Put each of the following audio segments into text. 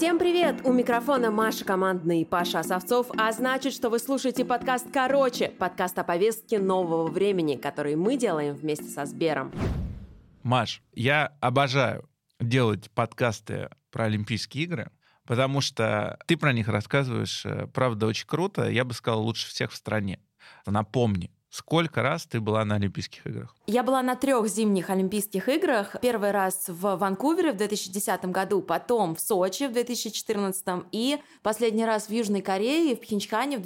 Всем привет! У микрофона Маша Командная и Паша Осовцов, а значит, что вы слушаете подкаст «Короче», подкаст о повестке нового времени, который мы делаем вместе со Сбером. Маш, я обожаю делать подкасты про Олимпийские игры, потому что ты про них рассказываешь, правда, очень круто. Я бы сказал, лучше всех в стране. Напомни, сколько раз ты была на Олимпийских играх? Я была на 3 зимних Олимпийских играх. Первый раз в Ванкувере в 2010 году, потом в Сочи в 2014 и последний раз в Южной Корее, в Пхенчхане в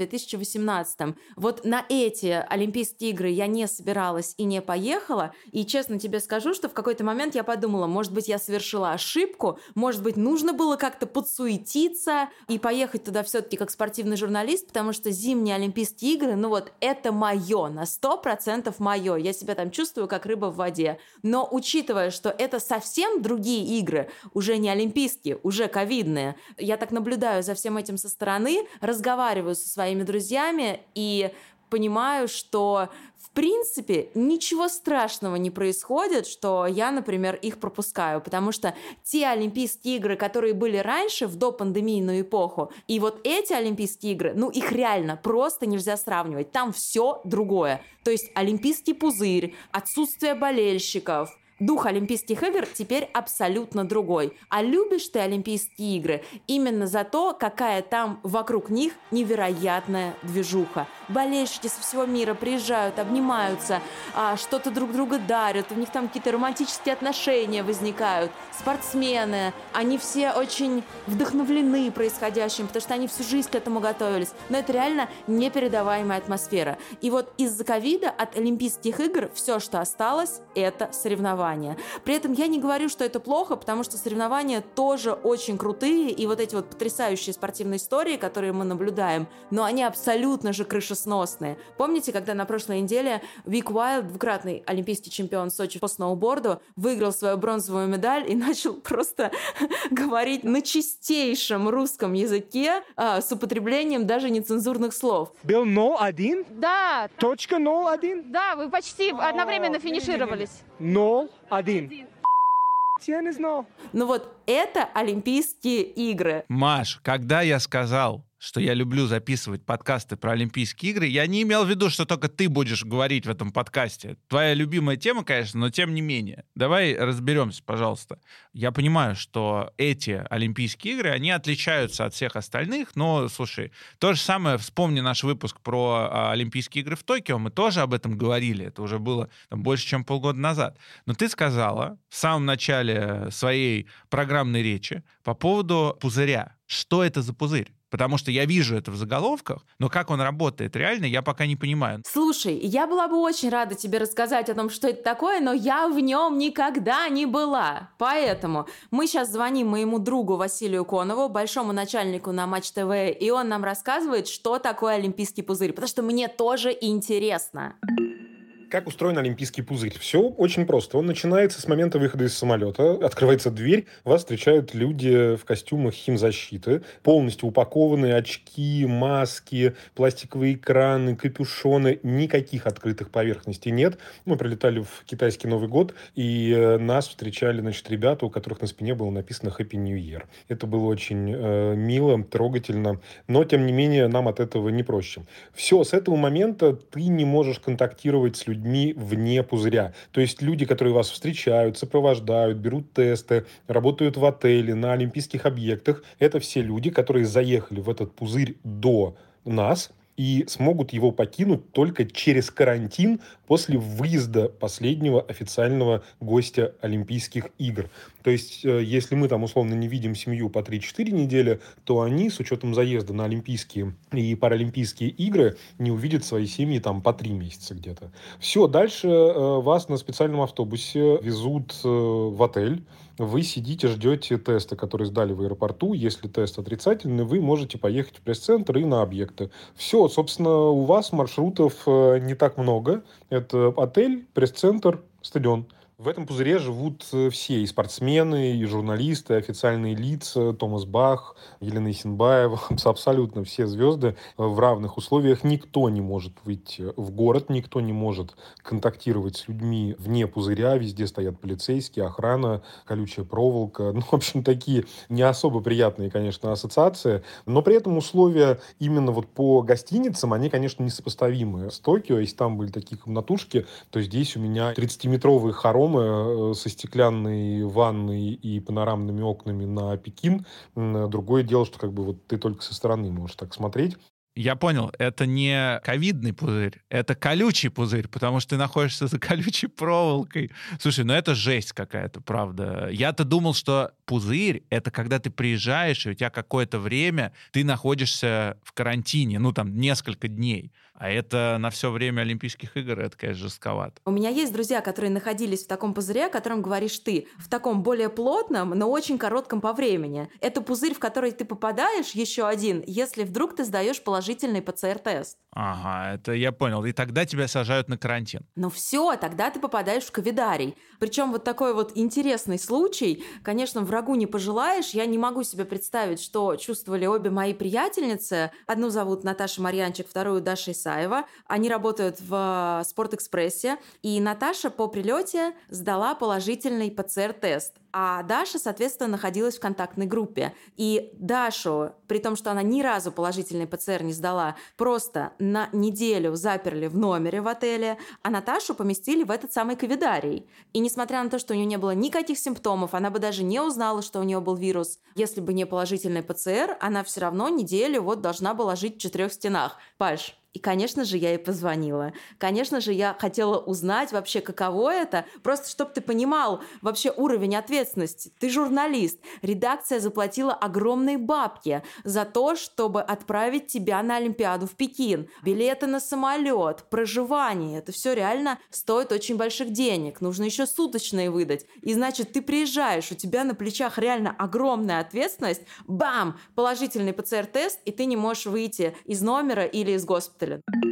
2018. Вот на эти Олимпийские игры я не собиралась и не поехала. И честно тебе скажу, что в какой-то момент я подумала, может быть, я совершила ошибку, может быть, нужно было как-то подсуетиться и поехать туда все-таки как спортивный журналист, потому что зимние Олимпийские игры, ну вот это мое, на 100% мое. Я себя там чувствую как рыба в воде. Но учитывая, что это совсем другие игры, уже не олимпийские, уже ковидные, я так наблюдаю за всем этим со стороны, разговариваю со своими друзьями и понимаю, что в принципе ничего страшного не происходит, что я, например, их пропускаю, потому что те Олимпийские игры, которые были раньше, в допандемийную эпоху, и вот эти Олимпийские игры, ну их реально просто нельзя сравнивать. Там все другое. То есть Олимпийский пузырь, отсутствие болельщиков, дух Олимпийских игр теперь абсолютно другой. А любишь ты Олимпийские игры именно за то, какая там вокруг них невероятная движуха. Болельщики со всего мира приезжают, обнимаются, что-то друг друга дарят, у них там какие-то романтические отношения возникают. Спортсмены, они все очень вдохновлены происходящим, потому что они всю жизнь к этому готовились. Но это реально непередаваемая атмосфера. И вот из-за ковида от Олимпийских игр все, что осталось, это соревнования. При этом я не говорю, что это плохо, потому что соревнования тоже очень крутые, и вот эти вот потрясающие спортивные истории, которые мы наблюдаем, но они абсолютно же крышесносные. Помните, когда на прошлой неделе Вик Уайлд, двукратный олимпийский чемпион Сочи по сноуборду, выиграл свою бронзовую медаль и начал просто говорить на чистейшем русском языке с употреблением даже нецензурных слов. Был 0-1? Да. Точка 0-1? Да, вы почти одновременно финишировались. 0-1. Я не знал. Ну вот это Олимпийские игры. Маш, когда я сказал, что я люблю записывать подкасты про Олимпийские игры, я не имел в виду, что только ты будешь говорить в этом подкасте. Твоя любимая тема, конечно, но тем не менее. Давай разберемся, пожалуйста. Я понимаю, что эти Олимпийские игры, они отличаются от всех остальных, но, слушай, то же самое, вспомни наш выпуск про Олимпийские игры в Токио, мы тоже об этом говорили, это уже было больше, чем полгода назад. Но ты сказала в самом начале своей программной речи по поводу пузыря. Что это за пузырь? Потому что я вижу это в заголовках, но как он работает реально, я пока не понимаю. Слушай, я была бы очень рада тебе рассказать о том, что это такое, но я в нем никогда не была. Поэтому мы сейчас звоним моему другу Василию Конову, большому начальнику на Матч ТВ, и он нам рассказывает, что такое Олимпийский пузырь, потому что мне тоже интересно. Как устроен Олимпийский пузырь? Все очень просто. Он начинается с момента выхода из самолета. Открывается дверь, вас встречают люди в костюмах химзащиты, полностью упакованные, очки, маски, пластиковые экраны, капюшоны. Никаких открытых поверхностей нет. Мы прилетали в китайский Новый год, и нас встречали, ребята, у которых на спине было написано «Happy New Year». Это было очень мило, трогательно, но, тем не менее, нам от этого не проще. Все, с этого момента ты не можешь контактировать с людьми вне пузыря. То есть люди, которые вас встречают, сопровождают, берут тесты, работают в отеле, на олимпийских объектах, это все люди, которые заехали в этот пузырь до нас и смогут его покинуть только через карантин после выезда последнего официального гостя Олимпийских игр. То есть, если мы там условно не видим семью по 3-4 недели, то они, с учетом заезда на Олимпийские и Паралимпийские игры, не увидят свои семьи там по 3 месяца где-то. Все, дальше вас на специальном автобусе везут в отель. Вы сидите, ждете теста, который сдали в аэропорту. Если тест отрицательный, вы можете поехать в пресс-центр и на объекты. Все, собственно, у вас маршрутов не так много. Это отель, пресс-центр, стадион. В этом пузыре живут все, и спортсмены, и журналисты, и официальные лица, Томас Бах, Елена Исенбаева, абсолютно все звезды в равных условиях. Никто не может выйти в город, никто не может контактировать с людьми вне пузыря, везде стоят полицейские, охрана, колючая проволока. Ну, в общем, такие не особо приятные, конечно, ассоциации, но при этом условия именно вот по гостиницам, они, конечно, несопоставимы с Токио. Если там были такие комнатушки, то здесь у меня 30-метровые хоромы со стеклянной ванной и панорамными окнами на Пекин. Другое дело, что как бы вот ты только со стороны можешь так смотреть. Я понял, это не ковидный пузырь, это колючий пузырь, потому что ты находишься за колючей проволокой. Слушай, ну это жесть какая-то, правда. Я-то думал, что пузырь — это когда ты приезжаешь, и у тебя какое-то время ты находишься в карантине, ну там несколько дней. А это на все время Олимпийских игр, это, конечно, жестковато. У меня есть друзья, которые находились в таком пузыре, о котором говоришь ты, в таком более плотном, но очень коротком по времени. Это пузырь, в который ты попадаешь, еще один, если вдруг ты сдаешь положительный ПЦР-тест. Ага, это я понял. И тогда тебя сажают на карантин. Ну все, тогда ты попадаешь в ковидарий. Причем вот такой вот интересный случай, конечно, врагу не пожелаешь. Я не могу себе представить, что чувствовали обе мои приятельницы. Одну зовут Наташа Марьянчик, вторую Даша Исаева. Они работают в Спортэкспрессе. И Наташа по прилете сдала положительный ПЦР-тест. А Даша, соответственно, находилась в контактной группе. И Дашу, при том, что она ни разу положительный ПЦР не сдала, просто на неделю заперли в номере в отеле, а Наташу поместили в этот самый ковидарий. И несмотря на то, что у нее не было никаких симптомов, она бы даже не узнала, что у нее был вирус. Если бы не положительный ПЦР, она все равно неделю вот должна была жить в 4 стенах. Паш, и, конечно же, я ей позвонила. Конечно же, я хотела узнать вообще, каково это, просто чтобы ты понимал вообще уровень ответственности. Ты журналист. Редакция заплатила огромные бабки за то, чтобы отправить тебя на Олимпиаду в Пекин. Билеты на самолет, проживание. Это все реально стоит очень больших денег. Нужно еще суточные выдать. И, значит, ты приезжаешь, у тебя на плечах реально огромная ответственность. Бам! Положительный ПЦР-тест, и ты не можешь выйти из номера или из госпиталя.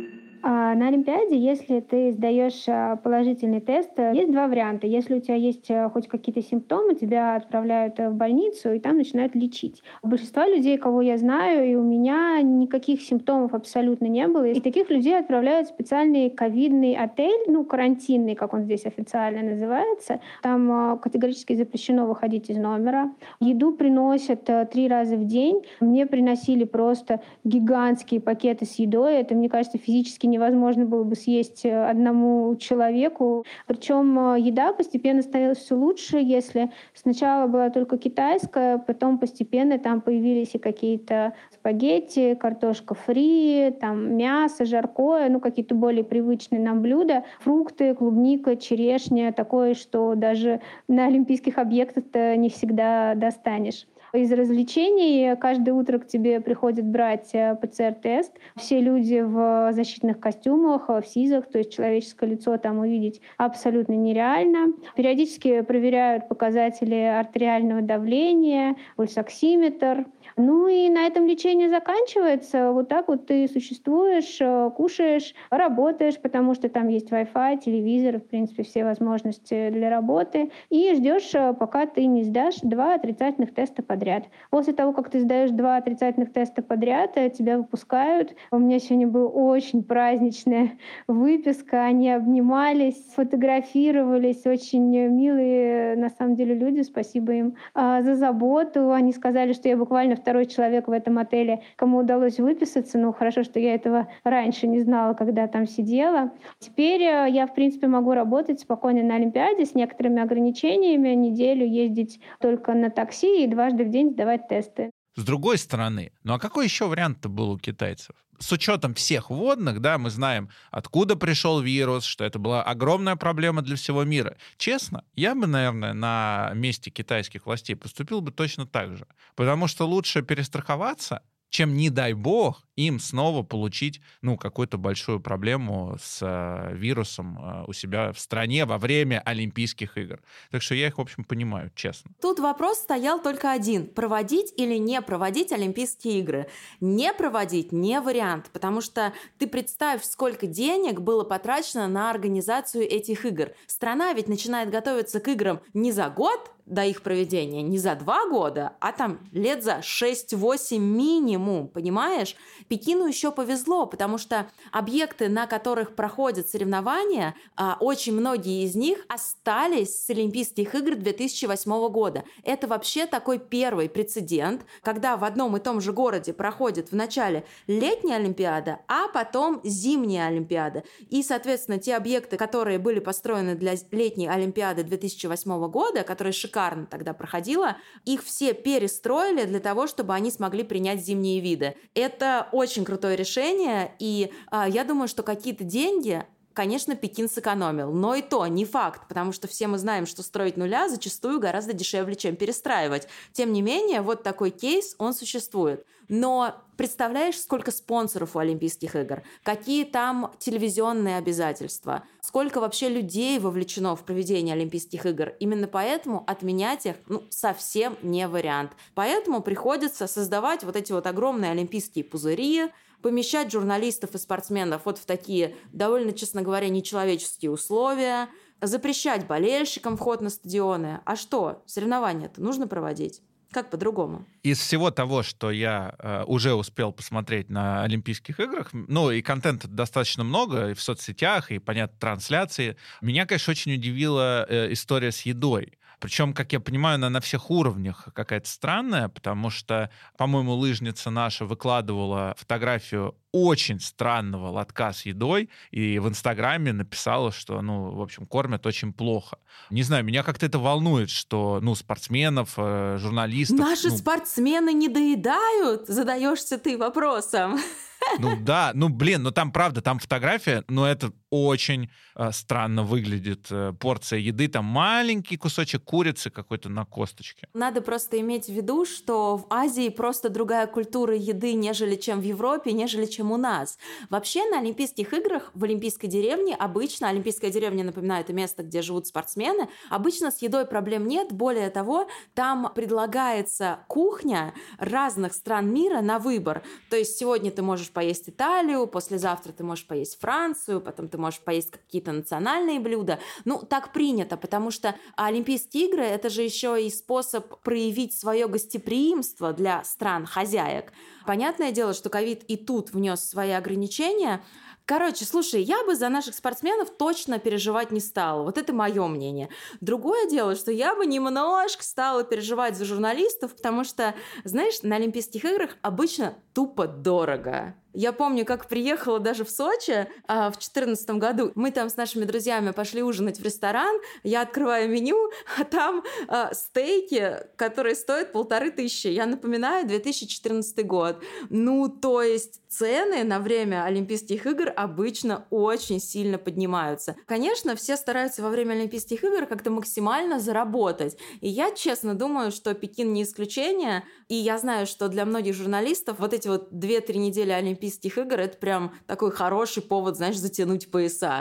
На Олимпиаде, если ты сдаешь положительный тест, есть два варианта. Если у тебя есть хоть какие-то симптомы, тебя отправляют в больницу и там начинают лечить. У большинства людей, кого я знаю, и у меня никаких симптомов абсолютно не было. И таких людей отправляют в специальный ковидный отель, ну, карантинный, как он здесь официально называется. Там категорически запрещено выходить из номера. Еду приносят 3 раза в день. Мне приносили просто гигантские пакеты с едой. Это, мне кажется, физически невозможно было бы съесть одному человеку. Причем еда постепенно становилась все лучше. Если сначала была только китайская, потом постепенно там появились и какие-то спагетти, картошка фри, там мясо, жаркое, ну какие-то более привычные нам блюда, фрукты, клубника, черешня, такое, что даже на олимпийских объектах-то не всегда достанешь. Из развлечений каждое утро к тебе приходят брать ПЦР-тест. Все люди в защитных костюмах, в СИЗах, то есть человеческое лицо там увидеть абсолютно нереально. Периодически проверяют показатели артериального давления, пульсоксиметр. Ну и на этом лечение заканчивается. Вот так вот ты существуешь, кушаешь, работаешь, потому что там есть Wi-Fi, телевизор, в принципе, все возможности для работы. И ждешь, пока ты не сдашь 2 отрицательных теста подряд. После того, как ты сдаешь 2 отрицательных теста подряд, тебя выпускают. У меня сегодня была очень праздничная выписка. Они обнимались, фотографировались. Очень милые, на самом деле, люди. Спасибо им за заботу. Они сказали, что я буквально второй человек в этом отеле, кому удалось выписаться. Ну, хорошо, что я этого раньше не знала, когда там сидела. Теперь я, в принципе, могу работать спокойно на Олимпиаде с некоторыми ограничениями, неделю ездить только на такси и дважды в день сдавать тесты. С другой стороны, ну а какой еще вариант-то был у китайцев? С учетом всех вводных, да, мы знаем, откуда пришел вирус, что это была огромная проблема для всего мира. Честно, я бы, наверное, на месте китайских властей поступил бы точно так же. Потому что лучше перестраховаться, чем, не дай бог, им снова получить, какую-то большую проблему с вирусом у себя в стране во время Олимпийских игр. Так что я их, в общем, понимаю, честно. Тут вопрос стоял только один: проводить или не проводить Олимпийские игры. Не проводить не вариант, потому что ты представь, сколько денег было потрачено на организацию этих игр. Страна ведь начинает готовиться к играм не за год до их проведения, не за 2 года, а там лет за 6-8 минимум, понимаешь? Пекину еще повезло, потому что объекты, на которых проходят соревнования, очень многие из них остались с Олимпийских игр 2008 года. Это вообще такой первый прецедент, когда в одном и том же городе проходит вначале летняя Олимпиада, а потом зимняя Олимпиада. И, соответственно, те объекты, которые были построены для летней Олимпиады 2008 года, которые шикарно тогда проходила, их все перестроили для того, чтобы они смогли принять зимние виды. Это очень крутое решение, и я думаю, что какие-то деньги, конечно, Пекин сэкономил, но и то не факт, потому что все мы знаем, что строить нуля зачастую гораздо дешевле, чем перестраивать. Тем не менее, вот такой кейс, он существует. Но представляешь, сколько спонсоров у Олимпийских игр, какие там телевизионные обязательства, сколько вообще людей вовлечено в проведение Олимпийских игр. Именно поэтому отменять их совсем не вариант. Поэтому приходится создавать вот эти вот огромные олимпийские пузыри, помещать журналистов и спортсменов вот в такие довольно, честно говоря, нечеловеческие условия, запрещать болельщикам вход на стадионы. А что, соревнования-то нужно проводить? Как по-другому? Из всего того, что я уже успел посмотреть на Олимпийских играх, и контента достаточно много и в соцсетях, и, понятно, трансляции, меня, конечно, очень удивила история с едой. Причем, как я понимаю, она на всех уровнях какая-то странная, потому что, по-моему, лыжница наша выкладывала фотографию очень странного лотка с едой и в Инстаграме написала, что, в общем, кормят очень плохо. Не знаю, меня как-то это волнует, что, спортсменов, журналистов... Наши спортсмены не доедают? Задаешься ты вопросом. Там правда, там фотография, но это очень странно выглядит. Порция еды, там маленький кусочек курицы какой-то на косточке. Надо просто иметь в виду, что в Азии просто другая культура еды, нежели чем в Европе, нежели чем у нас. Вообще на Олимпийских играх в Олимпийской деревне обычно, Олимпийская деревня, напоминаю, это место, где живут спортсмены, обычно с едой проблем нет. Более того, там предлагается кухня разных стран мира на выбор. То есть сегодня ты можешь поесть Италию, послезавтра ты можешь поесть Францию, потом ты можешь поесть какие-то национальные блюда. Так принято, потому что Олимпийские игры — это же еще и способ проявить свое гостеприимство для стран-хозяек. Понятное дело, что ковид и тут внес свои ограничения. Короче, слушай, я бы за наших спортсменов точно переживать не стала. Вот это мое мнение. Другое дело, что я бы немножко стала переживать за журналистов, потому что, знаешь, на Олимпийских играх обычно тупо дорого. Я помню, как приехала даже в Сочи в 2014 году. Мы там с нашими друзьями пошли ужинать в ресторан. Я открываю меню, а там стейки, которые стоят 1500. Я напоминаю, 2014 год. То есть цены на время Олимпийских игр обычно очень сильно поднимаются. Конечно, все стараются во время Олимпийских игр как-то максимально заработать. И я честно думаю, что Пекин не исключение. И я знаю, что для многих журналистов вот эти вот 2-3 недели Олимпийских игр — это прям такой хороший повод, знаешь, затянуть пояса.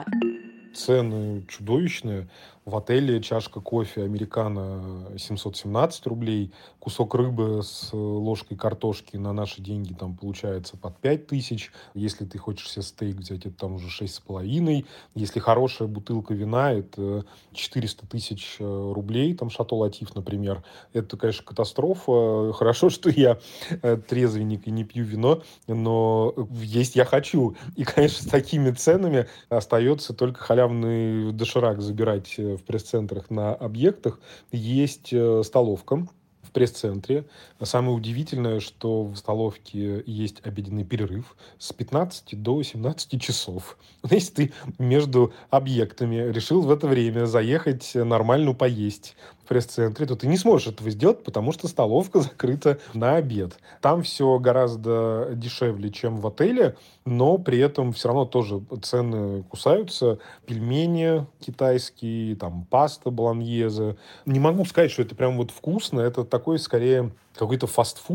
Цены чудовищные. В отеле чашка кофе американо 717 рублей. Кусок рыбы с ложкой картошки на наши деньги там получается под 5000. Если ты хочешь себе стейк взять, это там уже 6,5. Если хорошая бутылка вина, это 400 тысяч рублей. Там Шато Латиф, например. Это, конечно, катастрофа. Хорошо, что я трезвенник и не пью вино, но есть я хочу. И, конечно, с такими ценами остается только халявный доширак забирать в пресс-центрах на объектах. Есть столовка в пресс-центре. Самое удивительное, что в столовке есть обеденный перерыв с 15 до 17 часов. Если ты между объектами решил в это время заехать нормально поесть в пресс-центре, то ты не сможешь этого сделать, потому что столовка закрыта на обед. Там все гораздо дешевле, чем в отеле, но при этом все равно тоже цены кусаются. Пельмени китайские, там паста болоньезе. Не могу сказать, что это прям вот вкусно. Это такой, скорее, какой-то фастфуд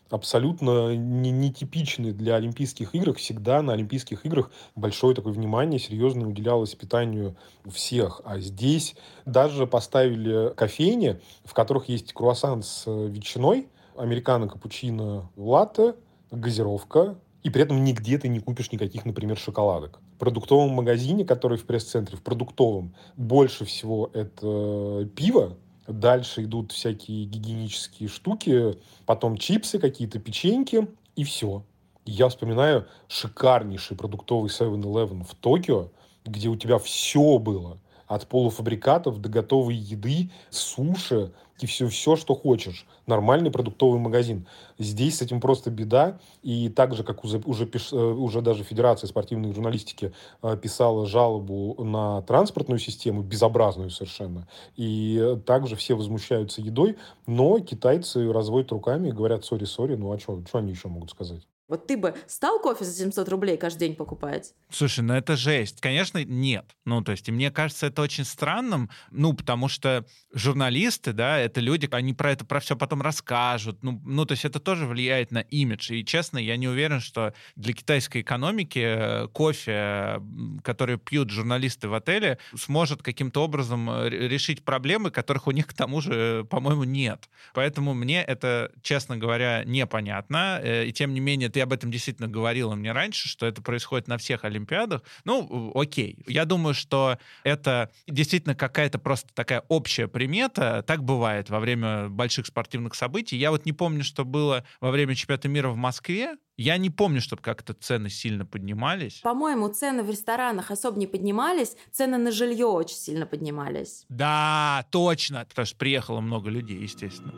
абсолютно нетипичны для Олимпийских игр. Всегда на Олимпийских играх большое такое внимание серьезно уделялось питанию всех. А здесь даже поставили кофейни, в которых есть круассан с ветчиной, американо, капучино, латте, газировка, и при этом нигде ты не купишь никаких, например, шоколадок. В продуктовом магазине, который в пресс-центре, в продуктовом, больше всего это пиво, дальше идут всякие гигиенические штуки, потом чипсы, какие-то печеньки, и все. Я вспоминаю шикарнейший продуктовый 7-Eleven в Токио, где у тебя все было. От полуфабрикатов до готовой еды, суши и все, что хочешь. Нормальный продуктовый магазин. Здесь с этим просто беда. И так же, как уже даже Федерация спортивной журналистики писала жалобу на транспортную систему, безобразную совершенно, и также все возмущаются едой, но китайцы разводят руками и говорят сори, ну а что они еще могут сказать? Вот ты бы стал кофе за 700 рублей каждый день покупать? Слушай, ну это жесть. Конечно, нет. Ну, то есть, и мне кажется, это очень странным, ну, потому что журналисты, да, это люди, они про все потом расскажут. Ну, то есть это тоже влияет на имидж. И, честно, я не уверен, что для китайской экономики кофе, который пьют журналисты в отеле, сможет каким-то образом решить проблемы, которых у них, к тому же, по-моему, нет. Поэтому мне это, честно говоря, непонятно. И, тем не менее, ты об этом действительно говорила мне раньше, что это происходит на всех Олимпиадах. Ну, окей. Я думаю, что это действительно какая-то просто такая общая примета. Так бывает во время больших спортивных событий. Я вот не помню, что было во время чемпионата мира в Москве. Я не помню, чтобы как-то цены сильно поднимались. По-моему, цены в ресторанах особо не поднимались, цены на жилье очень сильно поднимались. Да, точно. Потому что приехало много людей, естественно.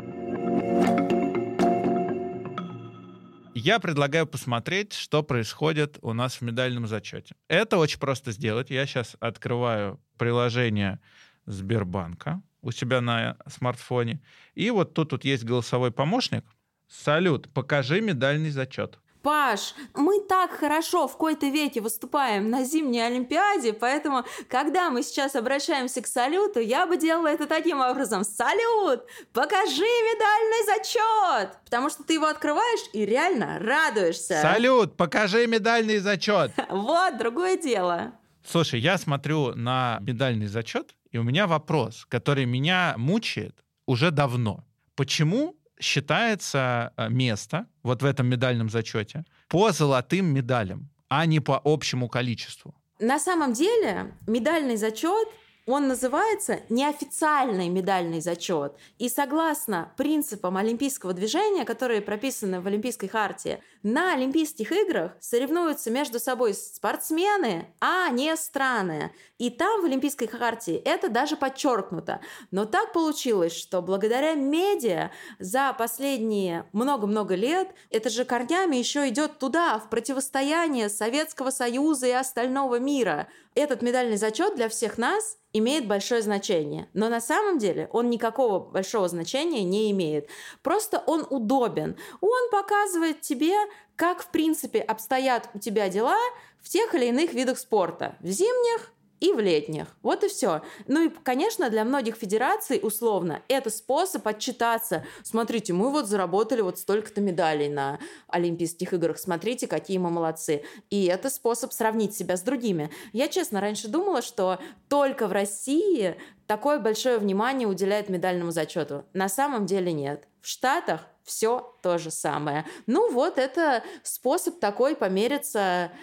Я предлагаю посмотреть, что происходит у нас в медальном зачете. Это очень просто сделать. Я сейчас открываю приложение Сбербанка у себя на смартфоне. И вот тут есть голосовой помощник. Салют, покажи медальный зачет. Паш, мы так хорошо в кои-то веке выступаем на зимней Олимпиаде, поэтому, когда мы сейчас обращаемся к салюту, я бы делала это таким образом. Салют, покажи медальный зачет! Потому что ты его открываешь и реально радуешься. Салют, покажи медальный зачет! Вот, другое дело. Слушай, я смотрю на медальный зачет, и у меня вопрос, который меня мучает уже давно. Почему считается место вот в этом медальном зачете по золотым медалям, а не по общему количеству? На самом деле медальный зачет, он называется неофициальный медальный зачет. И согласно принципам олимпийского движения, которые прописаны в Олимпийской хартии, на Олимпийских играх соревнуются между собой спортсмены, а не страны. И там в Олимпийской хартии это даже подчеркнуто. Но так получилось, что благодаря медиа за последние много-много лет это же корнями еще идет туда, в противостояние Советского Союза и остального мира. Этот медальный зачет для всех нас имеет большое значение. Но на самом деле он никакого большого значения не имеет. Просто он удобен. Он показывает тебе, как в принципе обстоят у тебя дела в тех или иных видах спорта. В зимних и в летних. Вот и все. Ну и, конечно, для многих федераций, условно, это способ отчитаться. Смотрите, мы вот заработали вот столько-то медалей на Олимпийских играх. Смотрите, какие мы молодцы. И это способ сравнить себя с другими. Я, честно, раньше думала, что только в России такое большое внимание уделяет медальному зачету. На самом деле нет. В Штатах все то же самое. Ну вот, это способ такой помериться...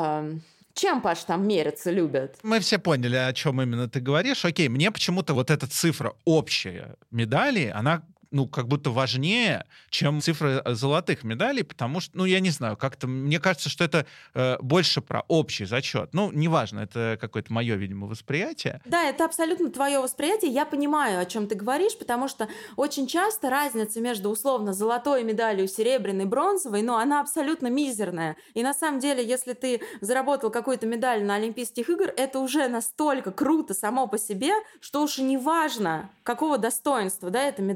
Чем, Паш, там мериться любят? Мы все поняли, о чем именно ты говоришь. Окей, мне почему-то вот эта цифра общая медали, она как будто важнее, чем цифры золотых медалей, потому что, я не знаю, как-то мне кажется, что это больше про общий зачет. Неважно, это какое-то мое, видимо, восприятие. Да, это абсолютно твое восприятие. Я понимаю, о чем ты говоришь, потому что очень часто разница между условно золотой медалью, серебряной, бронзовой, она абсолютно мизерная. И на самом деле, если ты заработал какую-то медаль на Олимпийских играх, это уже настолько круто само по себе, что уж и не важно, какого достоинства, эта медаль. Это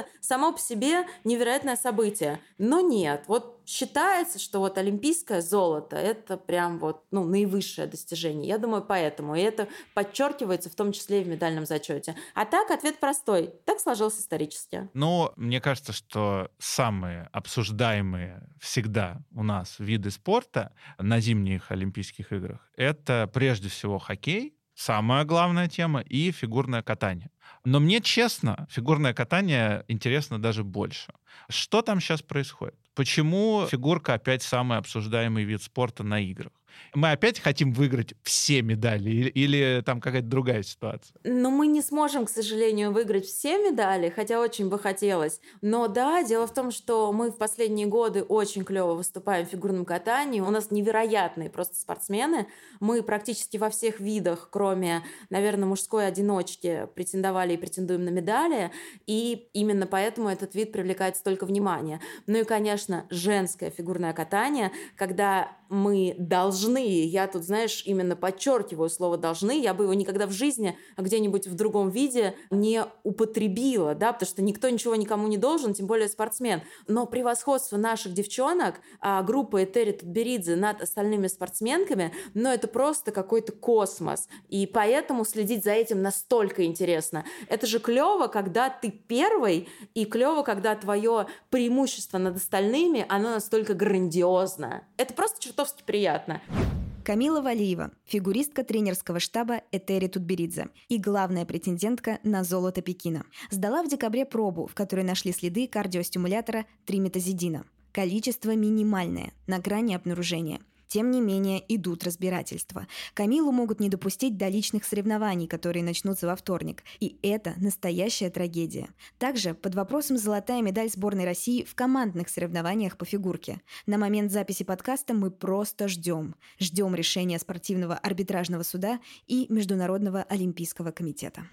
это само по себе невероятное событие. Но нет, вот считается, что вот олимпийское золото – это прям вот, наивысшее достижение. Я думаю, поэтому. И это подчеркивается в том числе и в медальном зачете. А так, ответ простой. Так сложилось исторически. Но мне кажется, что самые обсуждаемые всегда у нас виды спорта на зимних Олимпийских играх — это прежде всего хоккей, самая главная тема, и фигурное катание. Но мне, честно, фигурное катание интересно даже больше. Что там сейчас происходит? Почему фигурка опять самый обсуждаемый вид спорта на играх? Мы опять хотим выиграть все медали или там какая-то другая ситуация? Но мы не сможем, к сожалению, выиграть все медали, хотя очень бы хотелось. Но да, дело в том, что мы в последние годы очень клево выступаем в фигурном катании. У нас невероятные просто спортсмены. Мы практически во всех видах, кроме, наверное, мужской одиночки, претендовали и претендуем на медали. И именно поэтому этот вид привлекает столько внимания. Ну и, конечно, женское фигурное катание, когда мы должны, я тут, знаешь, именно подчеркиваю слово «должны», я бы его никогда в жизни где-нибудь в другом виде не употребила, да, потому что никто ничего никому не должен, тем более спортсмен. Но превосходство наших девчонок, группы Этери Тутберидзе над остальными спортсменками, это просто какой-то космос. И поэтому следить за этим настолько интересно. Это же клево, когда ты первый, и клево, когда твое преимущество над остальными, оно настолько грандиозно. Это просто чертовски приятно. Камила Валиева, фигуристка тренерского штаба Этери Тутберидзе и главная претендентка на золото Пекина. Сдала в декабре пробу, в которой нашли следы кардиостимулятора триметазидина. Количество минимальное, на грани обнаружения. Тем не менее, идут разбирательства. Камилу могут не допустить до личных соревнований, которые начнутся во вторник. И это настоящая трагедия. Также под вопросом золотая медаль сборной России в командных соревнованиях по фигурке. На момент записи подкаста мы просто ждем. Ждем решения спортивного арбитражного суда и Международного олимпийского комитета.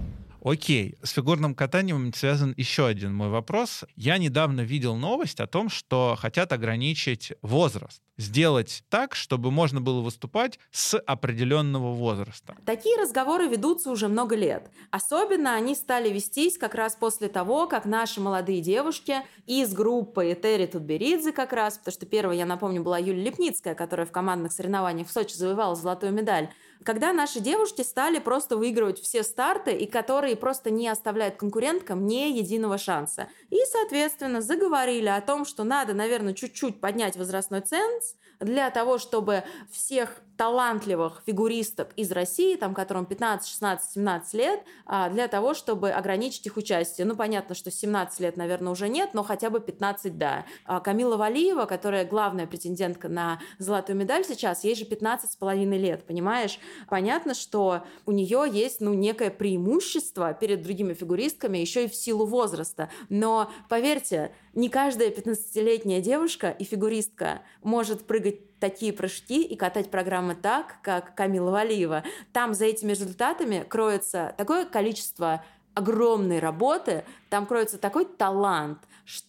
Окей, с фигурным катанием связан еще один мой вопрос. Я недавно видел новость о том, что хотят ограничить возраст. Сделать так, чтобы можно было выступать с определенного возраста. Такие разговоры ведутся уже много лет. Особенно они стали вестись как раз после того, как наши молодые девушки из группы Этери Тутберидзе как раз, потому что первой, я напомню, была Юлия Лепницкая, которая в командных соревнованиях в Сочи завоевала золотую медаль, когда наши девушки стали просто выигрывать все старты, и которые просто не оставляют конкуренткам ни единого шанса. И, соответственно, заговорили о том, что надо, наверное, чуть-чуть поднять возрастной ценз для того, чтобы всех талантливых фигуристок из России, которым 15, 16, 17 лет, для того, чтобы ограничить их участие. Понятно, что 17 лет, наверное, уже нет, но хотя бы 15, да. Камила Валиева, которая главная претендентка на золотую медаль сейчас, ей же 15,5 лет, понимаешь? Понятно, что у нее есть, некое преимущество перед другими фигуристками еще и в силу возраста. Но, поверьте, не каждая 15-летняя девушка и фигуристка может прыгать такие прыжки и катать программы так, как Камила Валиева. Там за этими результатами кроется такое количество огромной работы, там кроется такой талант,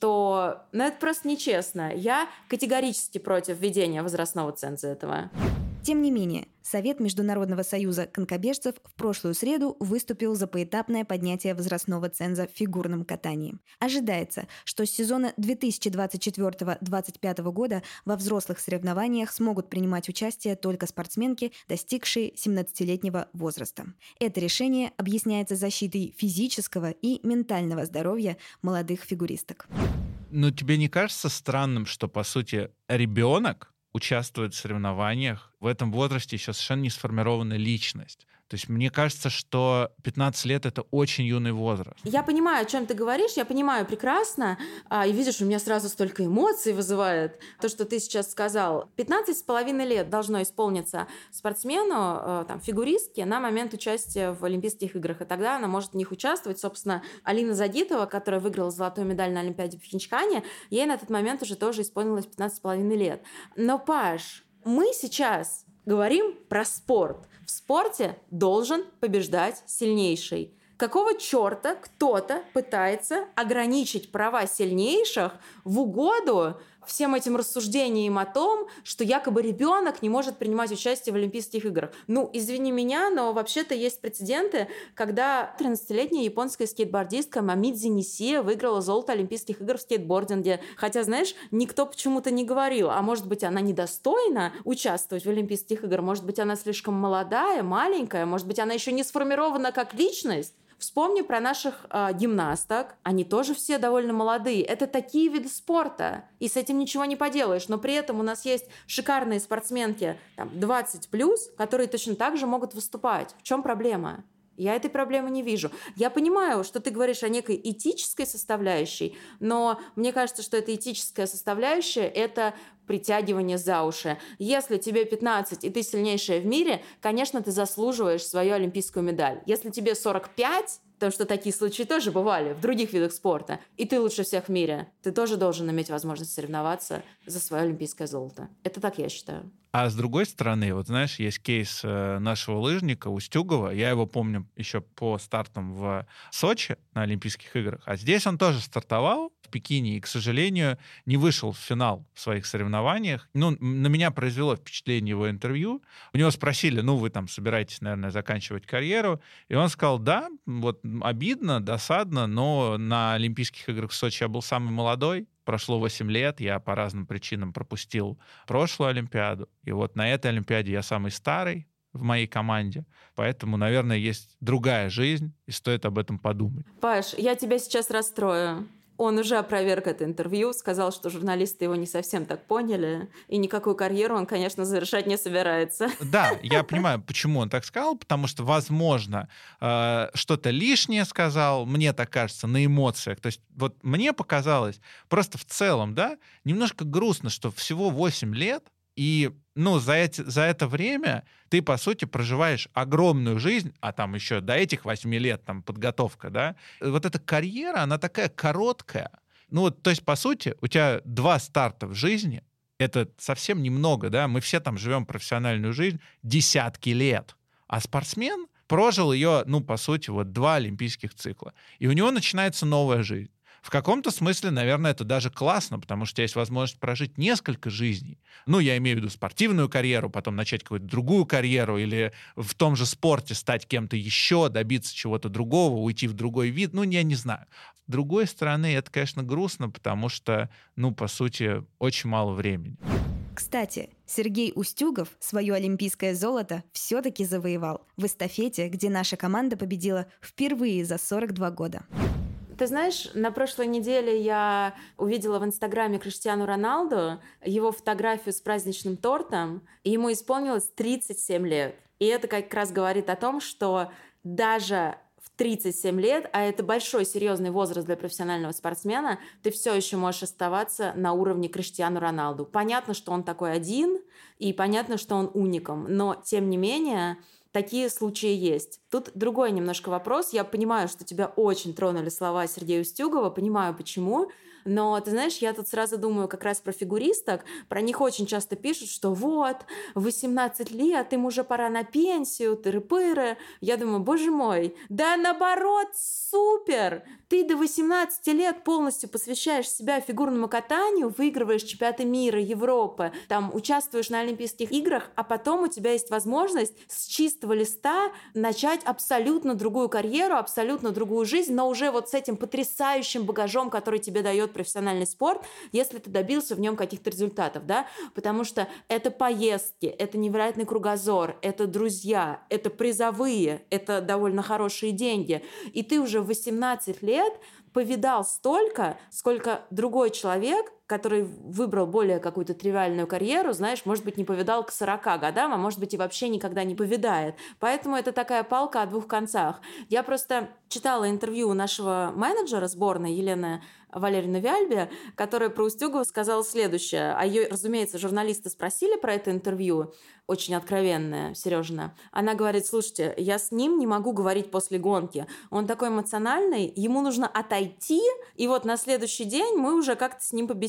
что это просто нечестно. Я категорически против введения возрастного ценза этого. Тем не менее, Совет Международного союза конькобежцев в прошлую среду выступил за поэтапное поднятие возрастного ценза в фигурном катании. Ожидается, что с сезона 2024-2025 года во взрослых соревнованиях смогут принимать участие только спортсменки, достигшие 17-летнего возраста. Это решение объясняется защитой физического и ментального здоровья молодых фигуристок. Но тебе не кажется странным, что, по сути, ребенок участвует в соревнованиях, в этом возрасте еще совершенно не сформированная личность? То есть мне кажется, что 15 лет — это очень юный возраст. Я понимаю, о чем ты говоришь, я понимаю прекрасно. И видишь, у меня сразу столько эмоций вызывает то, что ты сейчас сказал. 15,5 лет должно исполниться спортсмену, фигуристке, на момент участия в Олимпийских играх. И тогда она может в них участвовать. Собственно, Алина Загитова, которая выиграла золотую медаль на Олимпиаде в Пхенчхане, ей на этот момент уже тоже исполнилось 15,5 лет. Но, Паш, мы сейчас говорим про спорт. В спорте должен побеждать сильнейший. Какого черта кто-то пытается ограничить права сильнейших в угоду всем этим рассуждениям о том, что якобы ребенок не может принимать участие в Олимпийских играх. Ну, извини меня, но вообще-то есть прецеденты, когда 13-летняя японская скейтбордистка Момидзи Нисия выиграла золото Олимпийских игр в скейтбординге. Хотя, знаешь, никто почему-то не говорил, а может быть, она недостойна участвовать в Олимпийских играх, может быть, она слишком молодая, маленькая, может быть, она еще не сформирована как личность. Вспомни про наших гимнасток. Они тоже все довольно молодые. Это такие виды спорта. И с этим ничего не поделаешь. Но при этом у нас есть шикарные спортсменки 20+, которые точно так же могут выступать. В чем проблема? Я этой проблемы не вижу. Я понимаю, что ты говоришь о некой этической составляющей, но мне кажется, что эта этическая составляющая – это притягивание за уши. Если тебе 15 и ты сильнейшая в мире, конечно, ты заслуживаешь свою олимпийскую медаль. Если тебе 45, потому что такие случаи тоже бывали в других видах спорта, и ты лучше всех в мире, ты тоже должен иметь возможность соревноваться за свое олимпийское золото. Это так я считаю. А с другой стороны, вот знаешь, есть кейс нашего лыжника Устюгова. Я его помню еще по стартам в Сочи на Олимпийских играх. А здесь он тоже стартовал в Пекине и, к сожалению, не вышел в финал в своих соревнованиях. Ну, на меня произвело впечатление его интервью. У него спросили, ну, вы там собираетесь, наверное, заканчивать карьеру. И он сказал, да, вот обидно, досадно, но на Олимпийских играх в Сочи я был самый молодой. Прошло 8 лет, я по разным причинам пропустил прошлую Олимпиаду. И вот на этой Олимпиаде я самый старый в моей команде. Поэтому, наверное, есть другая жизнь, и стоит об этом подумать. Паш, я тебя сейчас расстрою. Он уже опроверг это интервью, сказал, что журналисты его не совсем так поняли, и никакую карьеру он, конечно, завершать не собирается. Да, я понимаю, почему он так сказал, потому что, возможно, что-то лишнее сказал, мне так кажется, на эмоциях. То есть вот мне показалось просто в целом, да, немножко грустно, что всего 8 лет, и за это время ты, по сути, проживаешь огромную жизнь, а там еще до этих 8 лет там подготовка, да. Вот эта карьера, она такая короткая. То есть, по сути, у тебя 2 старта в жизни, это совсем немного, да. Мы все там живем профессиональную жизнь десятки лет. А спортсмен прожил ее, по сути, 2 олимпийских цикла. И у него начинается новая жизнь. В каком-то смысле, наверное, это даже классно, потому что есть возможность прожить несколько жизней. Я имею в виду спортивную карьеру, потом начать какую-то другую карьеру или в том же спорте стать кем-то еще, добиться чего-то другого, уйти в другой вид. Я не знаю. С другой стороны, это, конечно, грустно, потому что, по сути, очень мало времени. Кстати, Сергей Устюгов свое олимпийское золото все-таки завоевал в эстафете, где наша команда победила впервые за 42 года. Ты знаешь, на прошлой неделе я увидела в Инстаграме Криштиану Роналду его фотографию с праздничным тортом, и ему исполнилось 37 лет. И это как раз говорит о том, что даже в 37 лет, а это большой серьезный возраст для профессионального спортсмена, ты все еще можешь оставаться на уровне Криштиану Роналду. Понятно, что он такой один, и понятно, что он уникум, но тем не менее такие случаи есть. Тут другой немножко вопрос. Я понимаю, что тебя очень тронули слова Сергея Устюгова, понимаю почему, но, ты знаешь, я тут сразу думаю как раз про фигуристок. Про них очень часто пишут, что вот, 18 лет, им уже пора на пенсию, тыры-пыры. Я думаю, боже мой, да наоборот, супер! Ты до 18 лет полностью посвящаешь себя фигурному катанию, выигрываешь чемпионаты мира, Европы, там участвуешь на Олимпийских играх, а потом у тебя есть возможность с чистого листа начать абсолютно другую карьеру, абсолютно другую жизнь, но уже вот с этим потрясающим багажом, который тебе дает профессиональный спорт, если ты добился в нем каких-то результатов, да, потому что это поездки, это невероятный кругозор, это друзья, это призовые, это довольно хорошие деньги, и ты уже в 18 лет повидал столько, сколько другой человек, который выбрал более какую-то тривиальную карьеру, знаешь, может быть, не повидал к 40 годам, а может быть, и вообще никогда не повидает. Поэтому это такая палка о двух концах. Я просто читала интервью у нашего менеджера сборной Елены Валерьевны Вяльбе, которая про Устюгова сказала следующее. А ее, разумеется, журналисты спросили про это интервью, очень откровенное, Сережина. Она говорит, слушайте, я с ним не могу говорить после гонки. Он такой эмоциональный, ему нужно отойти, и вот на следующий день мы уже как-то с ним побеседуем.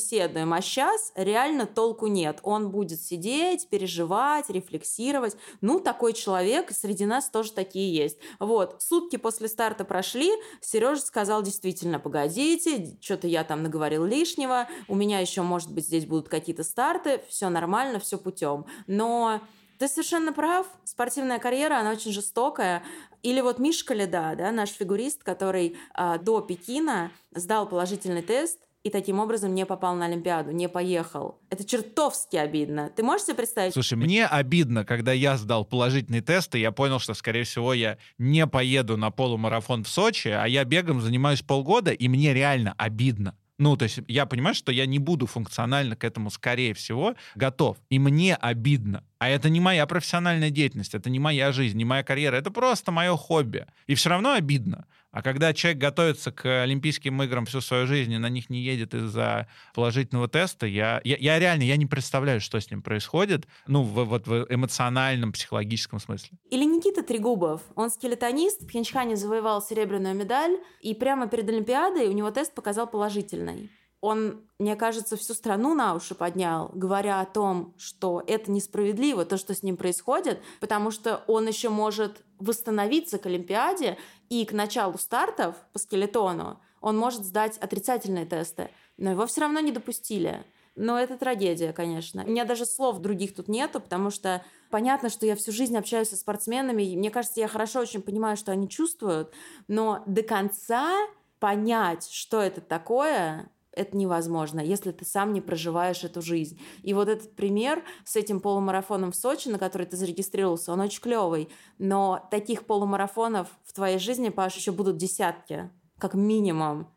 беседуем, а сейчас реально толку нет. Он будет сидеть, переживать, рефлексировать. Ну, такой человек, среди нас тоже такие есть. Вот, сутки после старта прошли, Сережа сказал действительно, погодите, что-то я там наговорил лишнего, у меня еще, может быть, здесь будут какие-то старты, все нормально, все путем. Но ты совершенно прав, спортивная карьера, она очень жестокая. Или вот Миша Коляда, да, наш фигурист, который до Пекина сдал положительный тест и таким образом не попал на Олимпиаду, не поехал. Это чертовски обидно. Ты можешь себе представить? Слушай, мне обидно, когда я сдал положительный тест, и я понял, что, скорее всего, я не поеду на полумарафон в Сочи, а я бегом занимаюсь полгода, и мне реально обидно. Ну, то есть я понимаю, что я не буду функционально к этому, скорее всего, готов. И мне обидно. А это не моя профессиональная деятельность, это не моя жизнь, не моя карьера, это просто мое хобби. И все равно обидно. А когда человек готовится к Олимпийским играм всю свою жизнь и на них не едет из-за положительного теста, я реально не представляю, что с ним происходит, ну, в эмоциональном, психологическом смысле. Или Никита Трегубов. Он скелетонист, в Пхенчхане завоевал серебряную медаль, и прямо перед Олимпиадой у него тест показал положительный. Он, мне кажется, всю страну на уши поднял, говоря о том, что это несправедливо, то, что с ним происходит, потому что он еще может восстановиться к Олимпиаде, и к началу стартов по скелетону он может сдать отрицательные тесты, но его все равно не допустили. Но это трагедия, конечно. У меня даже слов других тут нету, потому что понятно, что я всю жизнь общаюсь со спортсменами, и мне кажется, я хорошо очень понимаю, что они чувствуют, но до конца понять, что это такое, это невозможно, если ты сам не проживаешь эту жизнь. И вот этот пример с этим полумарафоном в Сочи, на который ты зарегистрировался, он очень клевый. Но таких полумарафонов в твоей жизни, Паш, еще будут десятки, как минимум.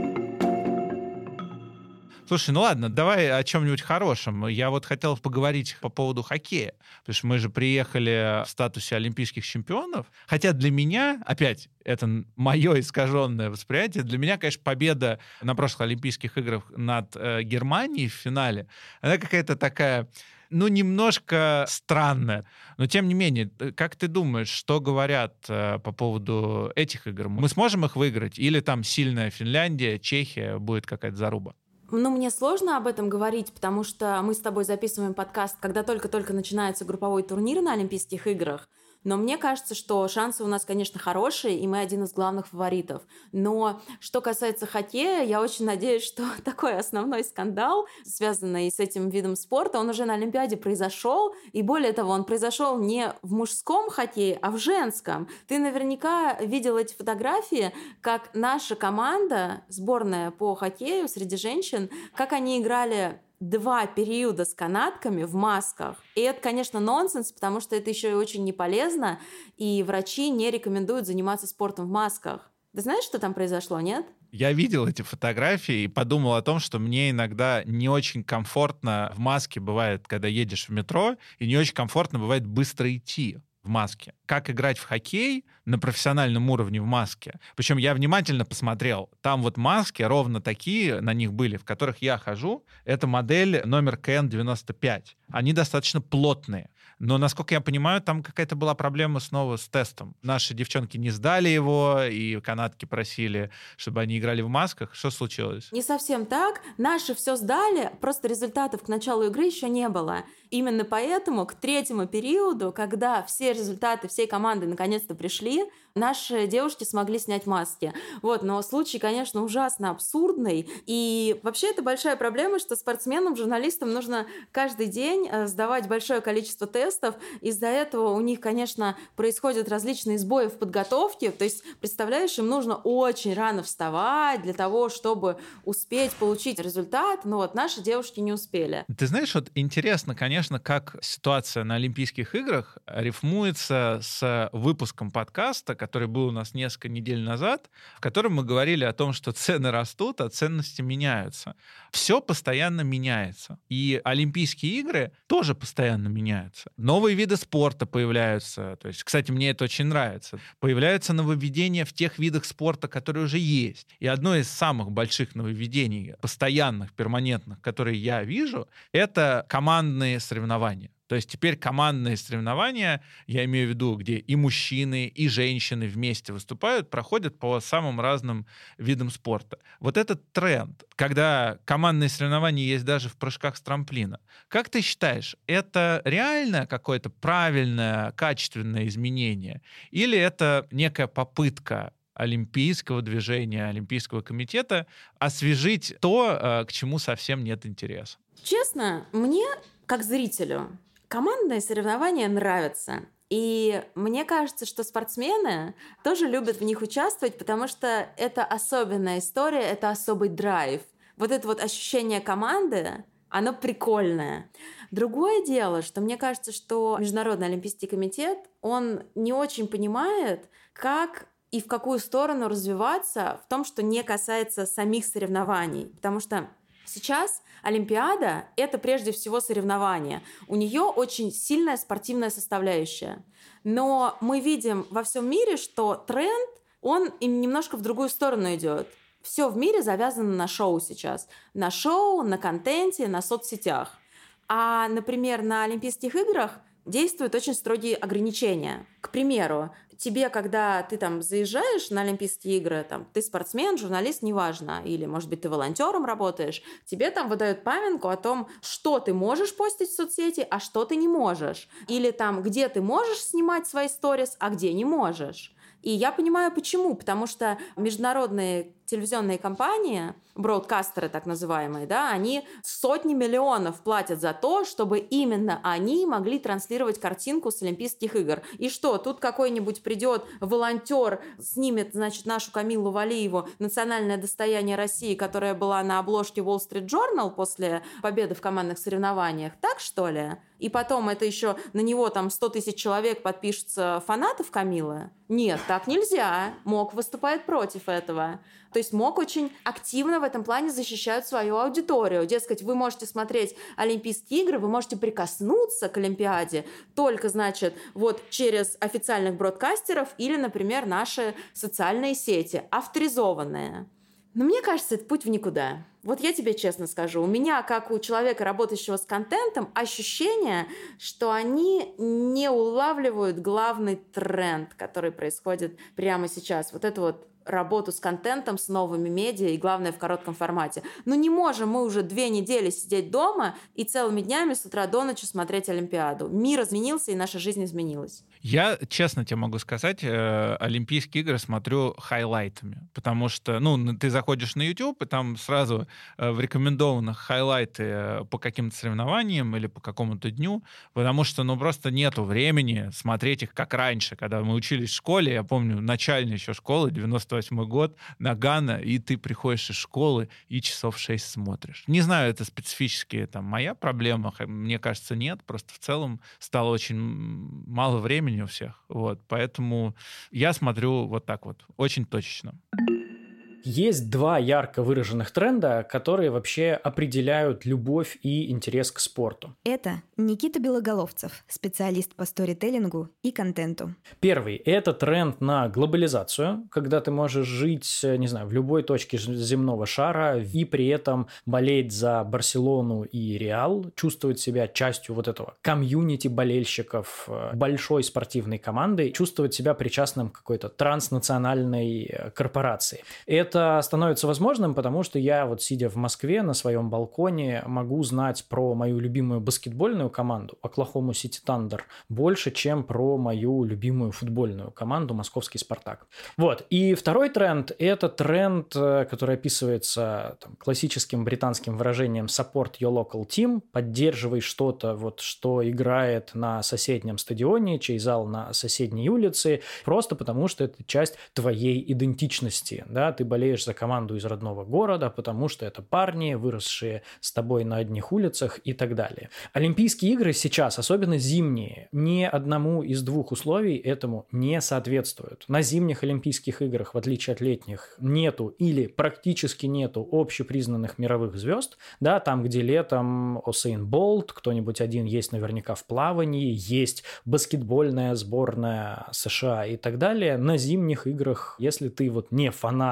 Слушай, ну ладно, давай о чем-нибудь хорошем. Я вот хотел поговорить по поводу хоккея, потому что мы же приехали в статусе олимпийских чемпионов, хотя для меня, опять, это мое искаженное восприятие, для меня, конечно, победа на прошлых Олимпийских играх над Германией в финале, она какая-то такая, ну, немножко странная. Но, тем не менее, как ты думаешь, что говорят по поводу этих игр? Мы сможем их выиграть? Или там сильная Финляндия, Чехия, будет какая-то заруба? Ну, мне сложно об этом говорить, потому что мы с тобой записываем подкаст, когда только-только начинается групповой турнир на Олимпийских играх. Но мне кажется, что шансы у нас, конечно, хорошие, и мы один из главных фаворитов. Но что касается хоккея, я очень надеюсь, что такой основной скандал, связанный с этим видом спорта, он уже на Олимпиаде произошел. И более того, он произошел не в мужском хоккее, а в женском. Ты наверняка видел эти фотографии, как наша команда, сборная по хоккею среди женщин, как они играли 2 периода с канатками в масках. И это, конечно, нонсенс, потому что это еще и очень не полезно, и врачи не рекомендуют заниматься спортом в масках. Ты знаешь, что там произошло, нет? Я видел эти фотографии и подумал о том, что мне иногда не очень комфортно в маске бывает, когда едешь в метро, и не очень комфортно бывает быстро идти в маске. Как играть в хоккей на профессиональном уровне в маске. Причем я внимательно посмотрел. Там вот маски ровно такие на них были, в которых я хожу. Это модель номер КН-95. Они достаточно плотные. Но, насколько я понимаю, там какая-то была проблема снова с тестом. Наши девчонки не сдали его, и канатки просили, чтобы они играли в масках. Что случилось? Не совсем так. Наши все сдали, просто результатов к началу игры еще не было. Именно поэтому к 3-му периоду, когда все результаты всей команды наконец-то пришли, наши девушки смогли снять маски. Вот, но случай, конечно, ужасно абсурдный. И вообще это большая проблема, что спортсменам, журналистам нужно каждый день сдавать большое количество тестов. Из-за этого у них, конечно, происходят различные сбои в подготовке. То есть, представляешь, им нужно очень рано вставать для того, чтобы успеть получить результат. Но вот наши девушки не успели. Ты знаешь, вот интересно, конечно, как ситуация на Олимпийских играх рифмуется с выпуском подкаста, который был у нас несколько недель назад, в котором мы говорили о том, что цены растут, а ценности меняются. Все постоянно меняется. И Олимпийские игры тоже постоянно меняются. Новые виды спорта появляются. То есть, кстати, мне это очень нравится. Появляются нововведения в тех видах спорта, которые уже есть. И одно из самых больших нововведений, постоянных, перманентных, которые я вижу, это командные соревнования. То есть теперь командные соревнования, я имею в виду, где и мужчины, и женщины вместе выступают, проходят по самым разным видам спорта. Вот этот тренд, когда командные соревнования есть даже в прыжках с трамплина, как ты считаешь, это реально какое-то правильное, качественное изменение? Или это некая попытка олимпийского движения, Олимпийского комитета освежить то, к чему совсем нет интереса? Честно, мне, как зрителю, командные соревнования нравятся. И мне кажется, что спортсмены тоже любят в них участвовать, потому что это особенная история, это особый драйв. Вот это вот ощущение команды, оно прикольное. Другое дело, что мне кажется, что Международный олимпийский комитет, он не очень понимает, как и в какую сторону развиваться в том, что не касается самих соревнований. Потому что сейчас Олимпиада — это прежде всего соревнование. У нее очень сильная спортивная составляющая. Но мы видим во всем мире, что тренд, он им немножко в другую сторону идет. Все в мире завязано на шоу сейчас. На шоу, на контенте, на соцсетях. А, например, на Олимпийских играх действуют очень строгие ограничения. К примеру, тебе, когда ты там заезжаешь на Олимпийские игры, там, ты спортсмен, журналист, неважно, или, может быть, ты волонтером работаешь, тебе там выдают памятку о том, что ты можешь постить в соцсети, а что ты не можешь. Или там, где ты можешь снимать свои сторис, а где не можешь. И я понимаю, почему. Потому что международные телевизионные компании, бродкастеры так называемые, да, они сотни миллионов платят за то, чтобы именно они могли транслировать картинку с Олимпийских игр. И что, тут какой-нибудь придет волонтер, снимет, значит, нашу Камиллу Валиеву, национальное достояние России, которая была на обложке Wall Street Journal после победы в командных соревнованиях. Так, что ли? И потом это еще на него там 100 тысяч человек подпишутся фанатов Камиллы? Нет, так нельзя. МОК выступает против этого. То есть МОК очень активно в этом плане защищает свою аудиторию. Дескать, вы можете смотреть Олимпийские игры, вы можете прикоснуться к Олимпиаде только, значит, вот через официальных бродкастеров или, например, наши социальные сети, авторизованные. Но мне кажется, это путь в никуда. Вот я тебе честно скажу, у меня, как у человека, работающего с контентом, ощущение, что они не улавливают главный тренд, который происходит прямо сейчас. Вот это вот работу с контентом, с новыми медиа и, главное, в коротком формате. Но не можем мы уже 2 недели сидеть дома и целыми днями с утра до ночи смотреть Олимпиаду. Мир изменился, и наша жизнь изменилась. Я, честно тебе могу сказать, Олимпийские игры смотрю хайлайтами, потому что, ты заходишь на YouTube, и там сразу в рекомендованных хайлайты по каким-то соревнованиям или по какому-то дню, потому что, просто нету времени смотреть их как раньше, когда мы учились в школе, я помню, начальная еще школа, 98-й год, Нагано, и ты приходишь из школы и часов 6 смотришь. Не знаю, это специфически моя проблема, мне кажется, нет, просто в целом стало очень мало времени у всех. Вот, поэтому я смотрю вот так вот, очень точечно. Есть 2 ярко выраженных тренда, которые вообще определяют любовь и интерес к спорту. Это Никита Белоголовцев, специалист по сторителлингу и контенту. Первый – это тренд на глобализацию, когда ты можешь жить, не знаю, в любой точке земного шара и при этом болеть за Барселону и Реал, чувствовать себя частью вот этого комьюнити болельщиков большой спортивной команды, чувствовать себя причастным к какой-то транснациональной корпорации. Это становится возможным, потому что я вот, сидя в Москве на своем балконе, могу знать про мою любимую баскетбольную команду Оклахома Сити Тандер больше, чем про мою любимую футбольную команду Московский Спартак. Вот. И второй тренд – это тренд, который описывается классическим британским выражением support your local team, поддерживай что-то, вот, что играет на соседнем стадионе, чей зал на соседней улице, просто потому что это часть твоей идентичности. Да? Ты болеешь за команду из родного города, потому что это парни, выросшие с тобой на одних улицах и так далее. Олимпийские игры сейчас, особенно зимние, ни одному из 2 условий этому не соответствуют. На зимних Олимпийских играх, в отличие от летних, нету или практически нету общепризнанных мировых звезд. Да, там, где летом Усейн Болт, кто-нибудь один есть наверняка в плавании, есть баскетбольная сборная США и так далее. На зимних играх, если ты вот не фанат зимних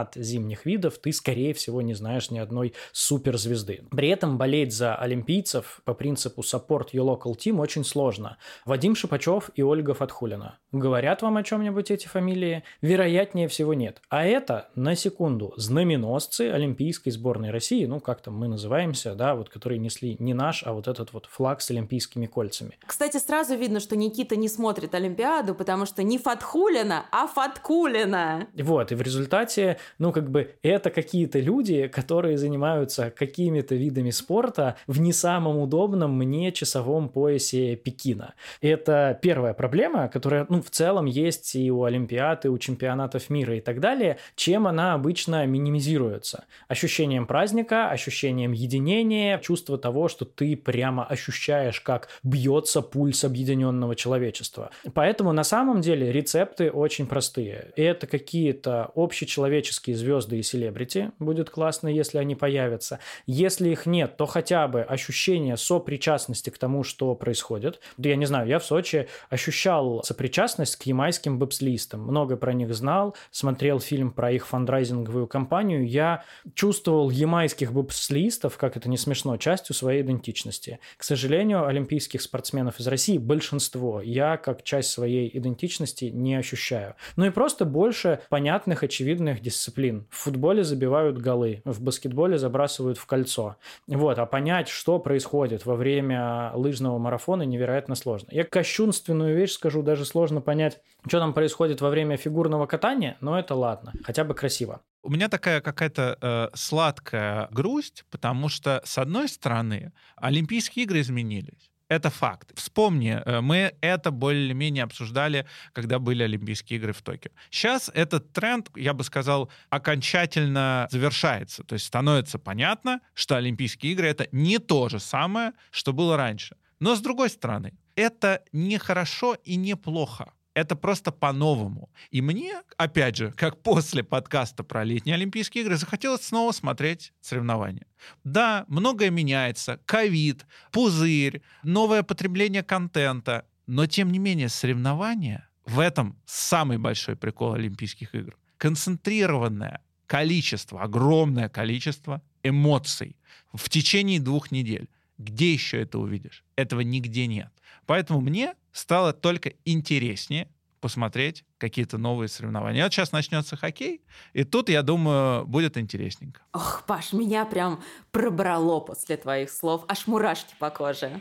зимних видов ты, скорее всего, не знаешь ни одной суперзвезды. При этом болеть за олимпийцев по принципу support your local team очень сложно. Вадим Шипачев и Ольга Фатхулина. Говорят вам о чем-нибудь эти фамилии? Вероятнее всего нет. А это, на секунду, знаменосцы олимпийской сборной России, ну, как там мы называемся, да, вот, которые несли не наш, а вот этот вот флаг с олимпийскими кольцами. Кстати, сразу видно, что Никита не смотрит Олимпиаду, потому что не Фатхулина, а Фаткулина. Вот, и в результате, ну, как бы, это какие-то люди, которые занимаются какими-то видами спорта в не самом удобном мне часовом поясе Пекина. Это первая проблема, которая, ну, в целом есть и у Олимпиад, и у чемпионатов мира и так далее, чем она обычно минимизируется. Ощущением праздника, ощущением единения, чувство того, что ты прямо ощущаешь, как бьется пульс объединенного человечества. Поэтому на самом деле рецепты очень простые. Это какие-то общечеловеческие звезды и селебрити. Будет классно, если они появятся. Если их нет, то хотя бы ощущение сопричастности к тому, что происходит. Да я не знаю, я в Сочи ощущал сопричастность к ямайским бобслистам. Много про них знал, смотрел фильм про их фандрайзинговую кампанию. Я чувствовал ямайских бобслистов, как это не смешно, частью своей идентичности. К сожалению, олимпийских спортсменов из России большинство я как часть своей идентичности не ощущаю. Ну и просто больше понятных, очевидных дисциплин. В футболе забивают голы, в баскетболе забрасывают в кольцо. Вот, а понять, что происходит во время лыжного марафона, невероятно сложно. Я кощунственную вещь скажу, даже сложно понять, что там происходит во время фигурного катания, но это ладно, хотя бы красиво. У меня такая какая-то сладкая грусть, потому что, с одной стороны, Олимпийские игры изменились. Это факт. Вспомни, мы это более-менее обсуждали, когда были Олимпийские игры в Токио. Сейчас этот тренд, я бы сказал, окончательно завершается. То есть становится понятно, что Олимпийские игры — это не то же самое, что было раньше. Но, с другой стороны, это не хорошо и не плохо. Это просто по-новому. И мне, опять же, как после подкаста про летние Олимпийские игры, захотелось снова смотреть соревнования. Да, многое меняется. Ковид, пузырь, новое потребление контента. Но, тем не менее, соревнования — в этом самый большой прикол Олимпийских игр. Концентрированное количество, огромное количество эмоций в течение 2 недель. Где еще это увидишь? Этого нигде нет. Поэтому мне стало только интереснее посмотреть какие-то новые соревнования. Вот сейчас начнется хоккей, и тут, я думаю, будет интересненько. Ох, Паш, меня прям пробрало после твоих слов. Аж мурашки по коже.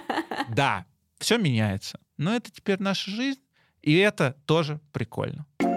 Да, все меняется. Но это теперь наша жизнь, и это тоже прикольно.